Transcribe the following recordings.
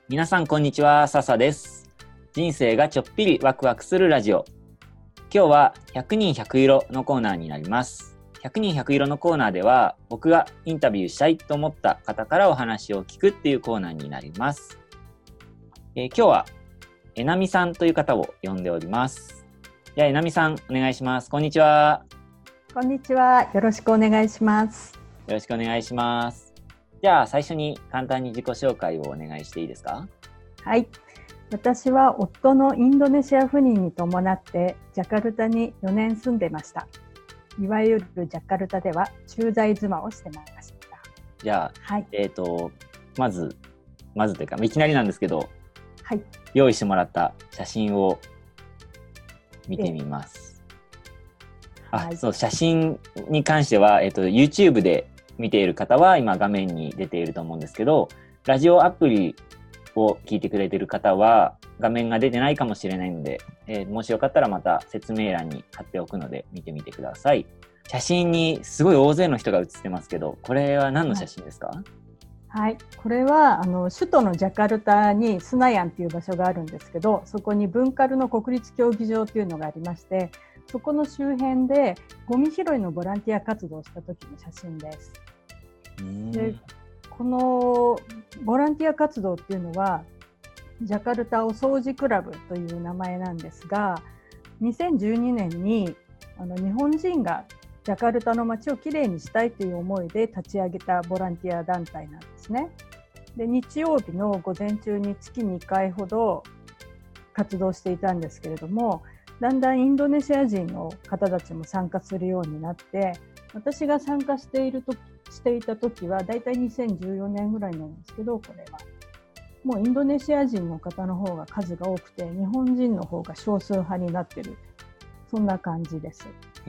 皆さんこんにちは、笹です。人生がちょっぴりワクワクするラジオ。今日は100人100色のコーナーになります。100人100色のコーナーでは僕がインタビューしたいと思った方からお話を聞くっていうコーナーになります。今日はえなみさんという方を呼んでおります。じゃあえなみさんお願いします。こんにちは。 こんにちは。よろしくお願いします。 よろしくお願いします。じゃあ最初に簡単に自己紹介をお願いしていいですか？ はい。私は夫のインドネシア赴任に伴ってジャカルタに4年住んでました。いわゆるジャカルタでは駐在妻をしてました。 じゃあ、 はい。 まずというかいきなりなんですけど、 はい。 用意してもらった写真を見てみます。 はい、 そう、写真に関しては、YouTube で見ている方は今画面に出ていると思うんですけど、ラジオアプリを聞いてくれている方は画面が出てないかもしれないので、もしよかったらまた説明欄に貼っておくので見てみてください。写真にすごい大勢の人が写ってますけど、これは何の写真ですか？ はい、これは首都のジャカルタにスナヤンという場所があるんですけど、そこにブンカルの国立競技場というのがありまして、そこの周辺でゴミ拾いのボランティア活動をした時の写真です。で、このボランティア活動っていうのはジャカルタお掃除クラブという名前なんですが、2012年に日本人がジャカルタの街をきれいにしたいという思いで立ち上げたボランティア団体なんですね。で、日曜日の午前中に月に1回ほど活動していたんですけれども、だんだんインドネシア人の方たちも参加するようになって、私が参加していた時はだいたい2014年ぐらいなんですけど、これはもうインドネシア人の方の方が数が多くて、日本人の方が少数派になっている、そんな感じです。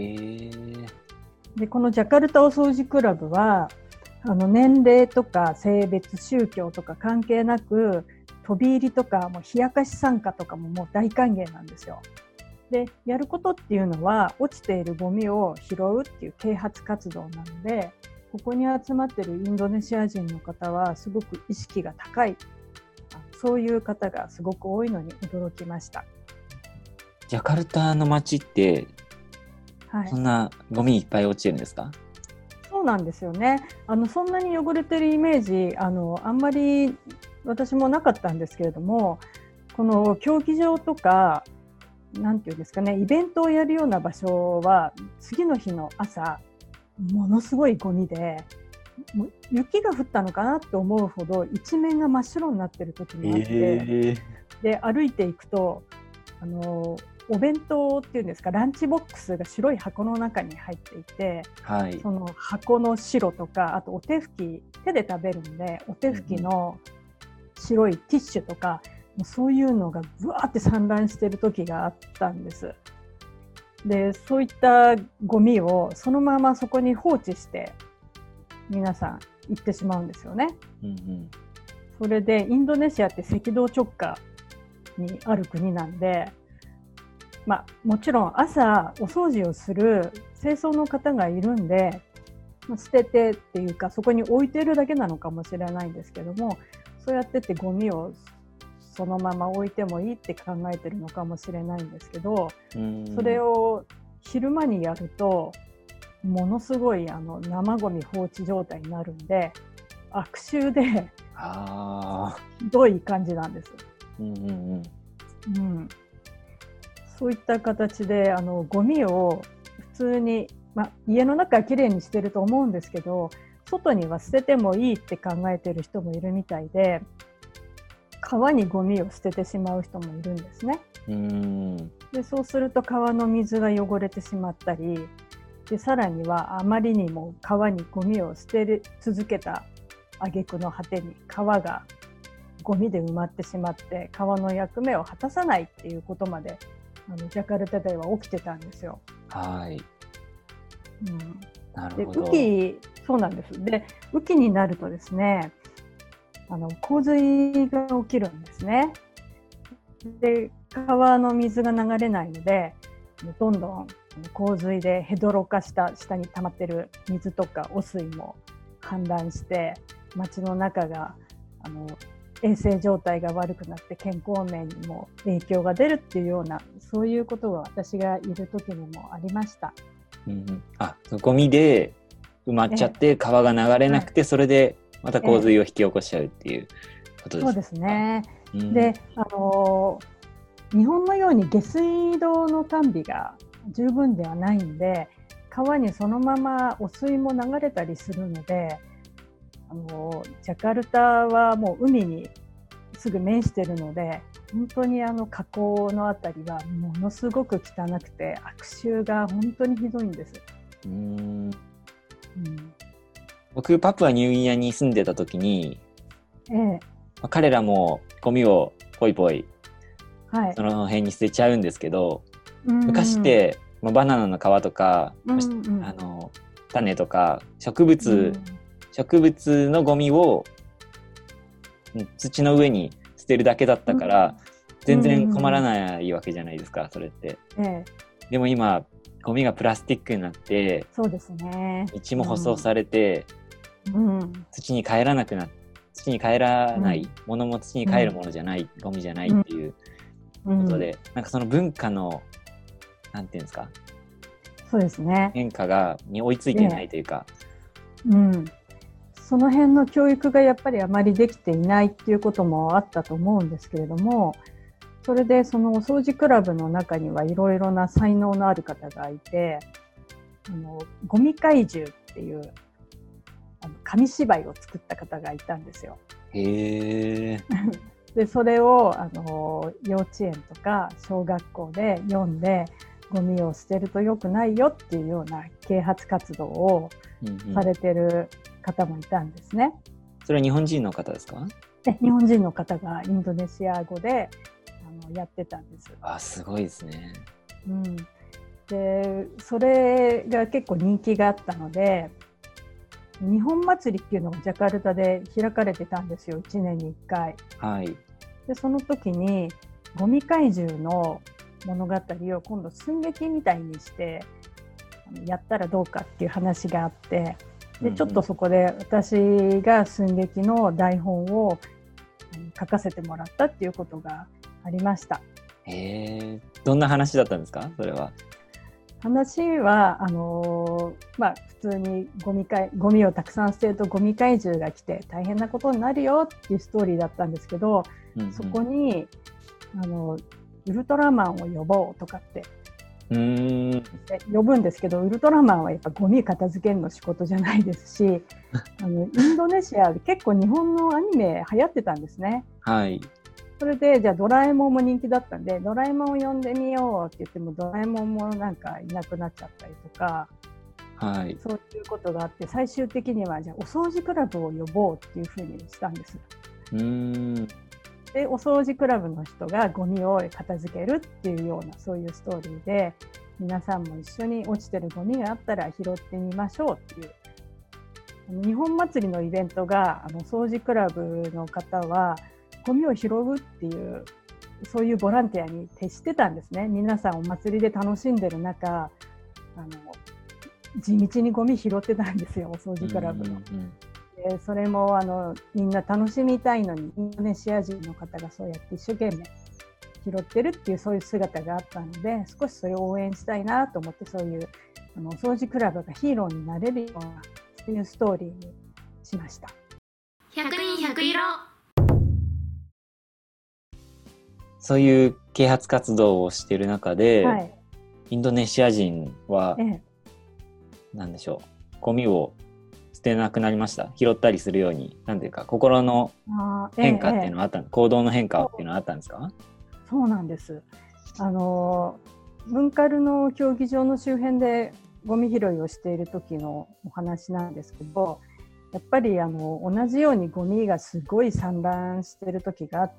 で、このジャカルタお掃除クラブは年齢とか性別、宗教とか関係なく、飛び入りとかもう冷やかし参加とかももう大歓迎なんですよ。で、やることっていうのは落ちているゴミを拾うっていう啓発活動なので、ここに集まっているインドネシア人の方はすごく意識が高い、そういう方がすごく多いのに驚きました。 ジャカルタの街って、はい、そんなゴミいっぱい落ちてるんですか？ そうなんですよね。そんなに汚れてるイメージあんまり私もなかったんですけれども、この競技場とかなんていうんですかね、イベントをやるような場所は次の日の朝ものすごいゴミで、もう雪が降ったのかなと思うほど一面が真っ白になってる時もあって、で歩いていくとお弁当っていうんですか、ランチボックスが白い箱の中に入っていて、はい、その箱の白とか、あとお手拭き、手で食べるんでお手拭きの白いティッシュとか、そういうのがブワーって散乱してる時があったんです。で、そういったゴミをそのままそこに放置して皆さん行ってしまうんですよね。それでインドネシアって赤道直下にある国なんで、もちろん朝お掃除をする清掃の方がいるんで、捨ててっていうかそこに置いてるだけなのかもしれないんですけども、そうやってゴミをそのまま置いてもいいって考えてるのかもしれないんですけど、それを昼間にやるとものすごい生ゴミ放置状態になるんで、悪臭でひどい感じなんです。そういった形でゴミを普通に、家の中はきれいにしてると思うんですけど、外には捨ててもいいって考えてる人もいるみたいで、川にゴミを捨ててしまう人もいるんですね。で、そうすると川の水が汚れてしまったりで、さらにはあまりにも川にゴミを捨て続けた挙句の果てに川がゴミで埋まってしまって、川の役目を果たさないっていうことまでジャカルタでは起きてたんですよ。 はい。 なるほど。で、そうなんです。で、雨季になるとですね、洪水が起きるんですね。で、川の水が流れないので、どんどん洪水でヘドロ化した下に溜まってる水とか汚水も氾濫して、街の中が衛生状態が悪くなって健康面にも影響が出るっていうような、そういうことが私がいる時にもありました。 ゴミで埋まっちゃって川が流れなくて、それでまた洪水を引き起こしちゃうっていうことですか？ そうですね。で、日本のように下水道の完備が十分ではないんで、川にそのまま汚水も流れたりするので、ジャカルタはもう海にすぐ面しているので、本当に河口のあたりはものすごく汚くて悪臭が本当にひどいんです。 僕パプアニューギニアに住んでた時に、彼らもゴミをポイポイ、その辺に捨てちゃうんですけど、昔ってバナナの皮とか、種とか植物のゴミを土の上に捨てるだけだったから、全然困らないわけじゃないですか、それって。でも今ゴミがプラスチックになって、 そうですね、 道も舗装されて、土に帰らないものも土に帰るものじゃない、ゴミじゃないっていうことで、なんかその文化のなんていうんですか、 そうですね、 変化に追いついていないというか、 その辺の教育がやっぱりあまりできていないっていうこともあったと思うんですけれども、それでそのお掃除クラブの中にはいろいろな才能のある方がいて、ゴミ怪獣っていう紙芝居を作った方がいたんですよ。でそれを幼稚園とか小学校で読んで、ゴミを捨てると良くないよっていうような啓発活動をされてる方もいたんですね。 それは日本人の方ですか？ 日本人の方がインドネシア語でやってたんです。 すごいですね。 でそれが結構人気があったので、日本祭りっていうのがジャカルタで開かれてたんですよ、1年に1回。でその時にゴミ怪獣の物語を今度寸劇みたいにしてやったらどうかっていう話があって、でちょっとそこで私が寸劇の台本を書かせてもらったっていうことがありました。 どんな話だったんですか？それは。 話は普通にゴミをたくさん捨てるとゴミ怪獣が来て大変なことになるよっていうストーリーだったんですけど、そこにウルトラマンを呼ぼうとかって呼ぶんですけど、ウルトラマンはやっぱゴミ片付けるの仕事じゃないですし、インドネシアで結構日本のアニメ流行ってたんですね。それでじゃあドラえもんも人気だったんで、ドラえもんを呼んでみようって言ってもドラえもんもなんかいなくなっちゃったりとか、そういうことがあって、最終的にはじゃあお掃除クラブを呼ぼうっていうふうにしたんです。でお掃除クラブの人がゴミを片付けるっていうような、そういうストーリーで、皆さんも一緒に落ちてるゴミがあったら拾ってみましょうっていう、日本祭りのイベントが掃除クラブの方はゴミを拾うっていう、そういうボランティアに徹してたんですね。皆さんお祭りで楽しんでる中、地道にゴミ拾ってたんですよ、お掃除クラブの。でそれもみんな楽しみたいのに、インドネシア人の方がそうやって一生懸命拾ってるっていう、そういう姿があったので、少しそれを応援したいなと思って、そういうお掃除クラブがヒーローになれるような、そういうストーリーにしました。 100人100色。 そういう啓発活動をしている中で、インドネシア人は何でしょう、ゴミを捨てなくなりました？拾ったりするように、なんていうか心の変化っていうのはあった、行動の変化っていうのはあったんですか？ そうなんです。文カルの競技場の周辺でゴミ拾いをしている時のお話なんですけど、やっぱり同じようにゴミがすごい散乱している時があって、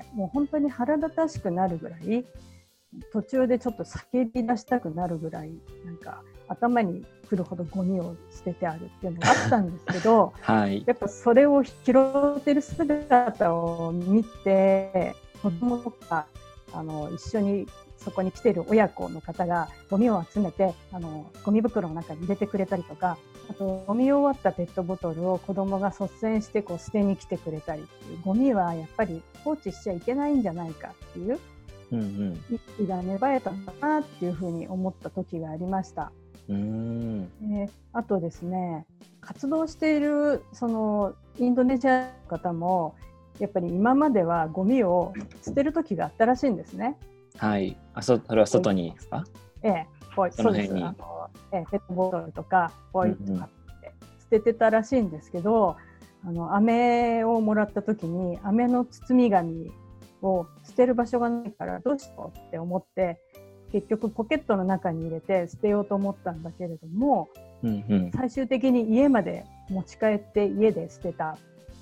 もう本当に腹立たしくなるぐらい、途中でちょっと叫び出したくなるぐらい、なんか頭に来るほどゴミを捨ててあるっていうのがあったんですけど、やっぱそれを拾ってる姿を見て、子供とか一緒にそこに来ている親子の方がゴミを集めてゴミ袋の中に入れてくれたりとか、 あとゴミ終わったペットボトルを子供が率先してこう捨てに来てくれたりっていう、ゴミはやっぱり放置しちゃいけないんじゃないかっていう意識が芽生えたんだなっていうふうに思った時がありました。あとですね、活動しているそのインドネシアの方もやっぱり今まではゴミを捨てる時があったらしいんですね。 はい。それは外にですか？ そうです。ペットボトルとかポイとかって捨ててたらしいんですけど、飴をもらった時に飴の包み紙を捨てる場所がないからどうしようって思って、結局ポケットの中に入れて捨てようと思ったんだけれども、最終的に家まで持ち帰って家で捨てた。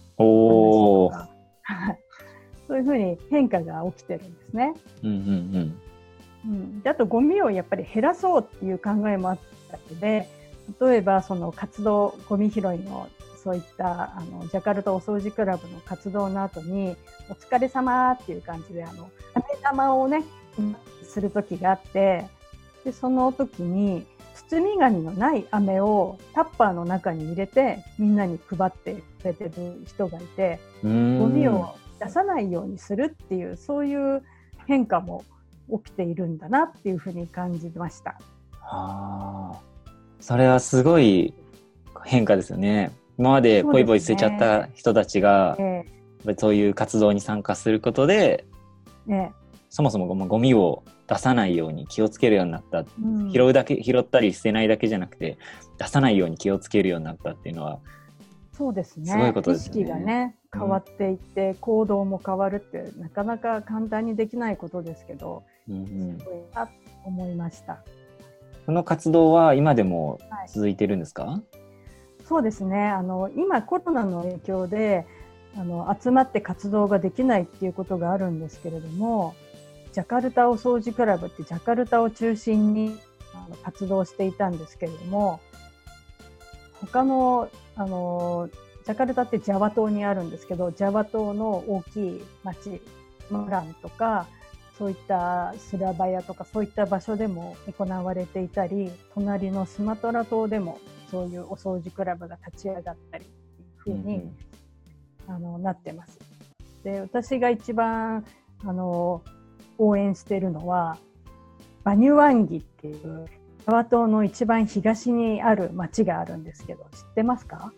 そういうふうに変化が起きてるんですね。であとゴミをやっぱり減らそうっていう考えもあったので、例えばその活動、ゴミ拾いのそういったジャカルタお掃除クラブの活動の後にお疲れ様っていう感じで飴玉をねする時があって、でその時に包み紙のない飴をタッパーの中に入れてみんなに配ってくれてる人がいて、ゴミを出さないようにするっていう、そういう変化も起きているんだなっていうふうに感じました。 それはすごい変化ですよね。今までポイポイ捨てちゃった人たちが、そういう活動に参加することで、そもそもゴミを出さないように気をつけるようになった、拾ったり捨てないだけじゃなくて出さないように気をつけるようになったっていうのは、 そうですね、 すごいことですよね。 意識がね変わっていって、行動も変わるってなかなか簡単にできないことですけど、すごいなと思いました。 この活動は今でも続いてるんですか？ そうですね、今コロナの影響で集まって活動ができないっていうことがあるんですけれども、ジャカルタお掃除クラブってジャカルタを中心に活動していたんですけれども、他のジャカルタってジャワ島にあるんですけど、ジャワ島の大きい町マランとかそういったスラバヤとかそういった場所でも行われていたり、隣のスマトラ島でもそういうお掃除クラブが立ち上がったりっていう風に、なってます。で、私が一番応援しているのはバニュワンギっていうジャワ島の一番東にある町があるんですけど、知ってますか？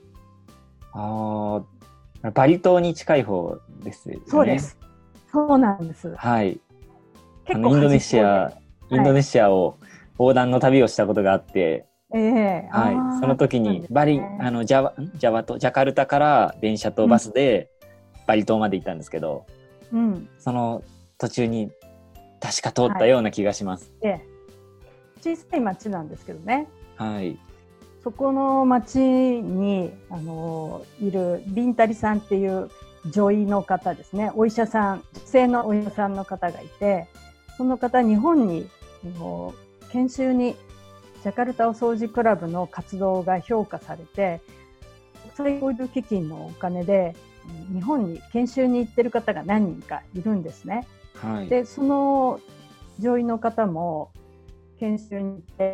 バリ島に近い方ですよね。 そうです。そうなんです。 はい。インドネシアを横断の旅をしたことがあって、その時にジャカルタから電車とバスでバリ島まで行ったんですけど、その途中に確か通ったような気がします。 小さい町なんですけどね。そこの町にいるビンタリさんっていう女医の方ですね、お医者さん、女性のお医者さんの方がいて、その方日本に研修にジャカルタお掃除クラブの活動が評価されて、国際オイル基金のお金で日本に研修に行ってる方が何人かいるんですね。で、その女医の方も研修に行って、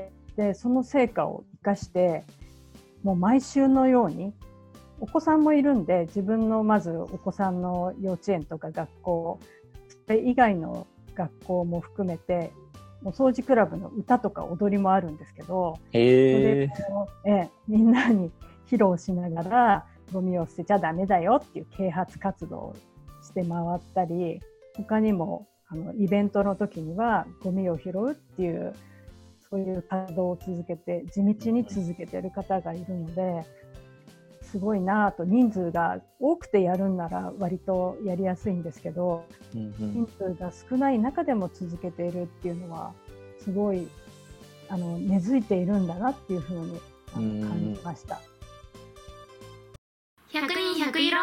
でその成果を生かしてもう毎週のように、お子さんもいるんで自分のまずお子さんの幼稚園とか学校、それ以外の学校も含めてお掃除クラブの歌とか踊りもあるんですけど、それをみんなに披露しながらゴミを捨てちゃダメだよっていう啓発活動をして回ったり、他にもイベントの時にはゴミを拾うっていうそういう活動を続けて地道に続けている方がいるので、すごいなと。人数が多くてやるんなら割とやりやすいんですけど、人数が少ない中でも続けているっていうのはすごい根付いているんだなっていうふうに感じました。 100人100色。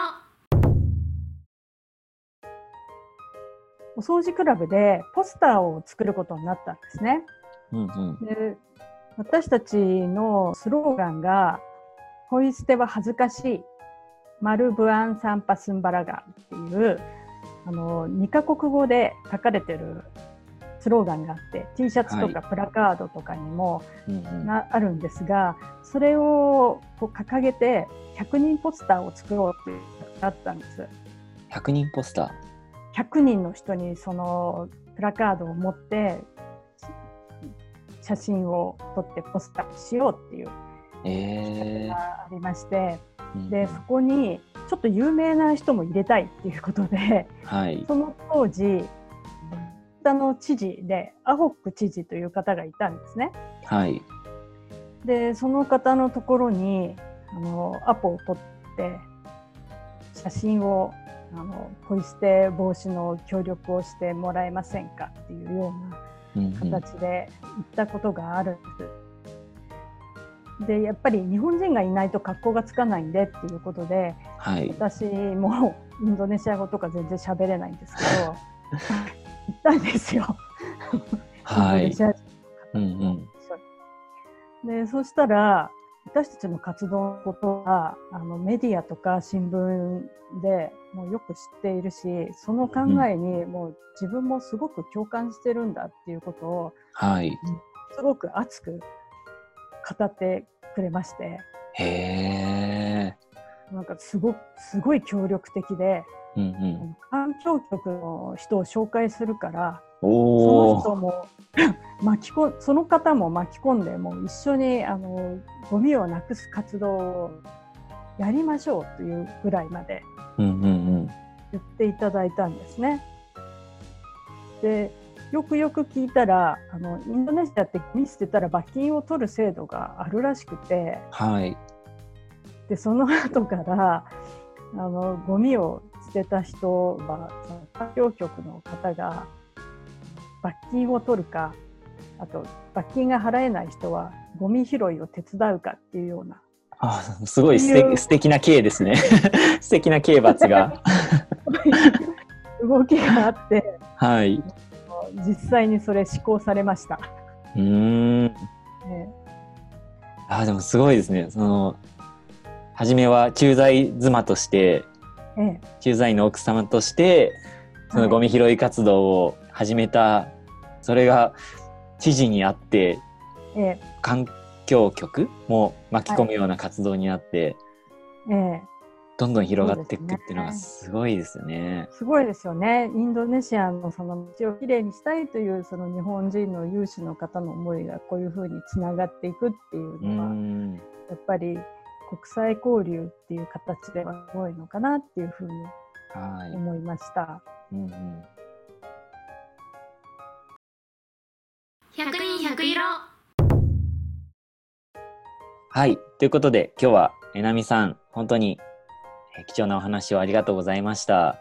お掃除クラブでポスターを作ることになったんですね。で、私たちのスローガンがポイ捨ては恥ずかしい、マルブアンサンパスンバラガンっていう2カ国語で書かれてるスローガンがあって T シャツとかプラカードとかにも、あるんですが、それをこう掲げて100人ポスターを作ろうっていうのがあったんです。 100人ポスター。 100人の人にそのプラカードを持って写真を撮ってポスターしようっていう企画がありまして、でそこにちょっと有名な人も入れたいっていうことで、 はい、 その当時の知事でアホック知事という方がいたんですね。 はい、 でその方のところにアポを取って写真をポイ捨て防止の協力をしてもらえませんかっていうような形で言ったことがあるんです。でやっぱり日本人がいないと格好がつかないんでっていうことで、 はい、 私もインドネシア語とか全然喋れないんですけど行ったんですよ。 はい。 でそしたら私たちの活動のことはメディアとか新聞でもうよく知っているし、その考えにもう自分もすごく共感してるんだっていうことを、 はい、 すごく熱く語ってくれまして、 へー、 なんかすごい協力的で、環境局の人を紹介するから、その人もその方も巻き込んでもう一緒にゴミをなくす活動をやりましょうというぐらいまで言っていただいたんですね。でよくよく聞いたらインドネシアってゴミ捨てたら罰金を取る制度があるらしくて、 はい、 でその後からゴミを捨てた人はその環境局の方が罰金を取るか、あと罰金が払えない人はゴミ拾いを手伝うかっていうような、 すごい素敵な刑ですね。素敵な刑罰が動きがあって、 はい、 実際にそれ施行されました。 でもすごいですね。初めは駐在妻として、駐在員の奥様としてそのゴミ拾い活動を始めた、それが知事にあって、環境局も巻き込むような活動になって、どんどん広がっていくっていうのがすごいですよね。 すごいですよね。インドネシアのその街をきれいにしたいというその日本人の有志の方の思いがこういうふうにつながっていくっていうのは、やっぱり国際交流っていう形ではすごいのかなっていうふうに思いました。 100人100色。 はい、ということで今日はえなみさん本当に貴重なお話をありがとうございました。 はい、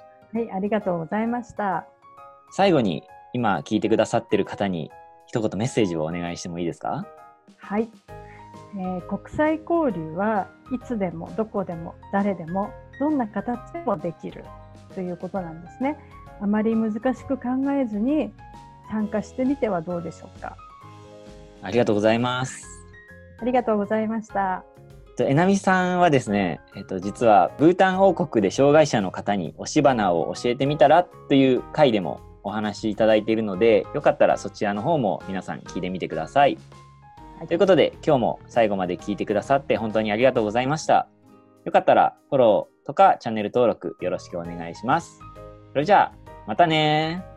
ありがとうございました。 最後に今聞いてくださっている方に一言メッセージをお願いしてもいいですか？ はい、国際交流はいつでもどこでも誰でもどんな形でもできるということなんですね。あまり難しく考えずに参加してみてはどうでしょうか。 ありがとうございます。 ありがとうございました。 えなみさんはですね、実はブータン王国で障害者の方に押し花を教えてみたらという回でもお話しいただいているので、よかったらそちらの方も皆さん聞いてみてください。ということで今日も最後まで聞いてくださって本当にありがとうございました。よかったらフォローとかチャンネル登録よろしくお願いします。それじゃあまたね。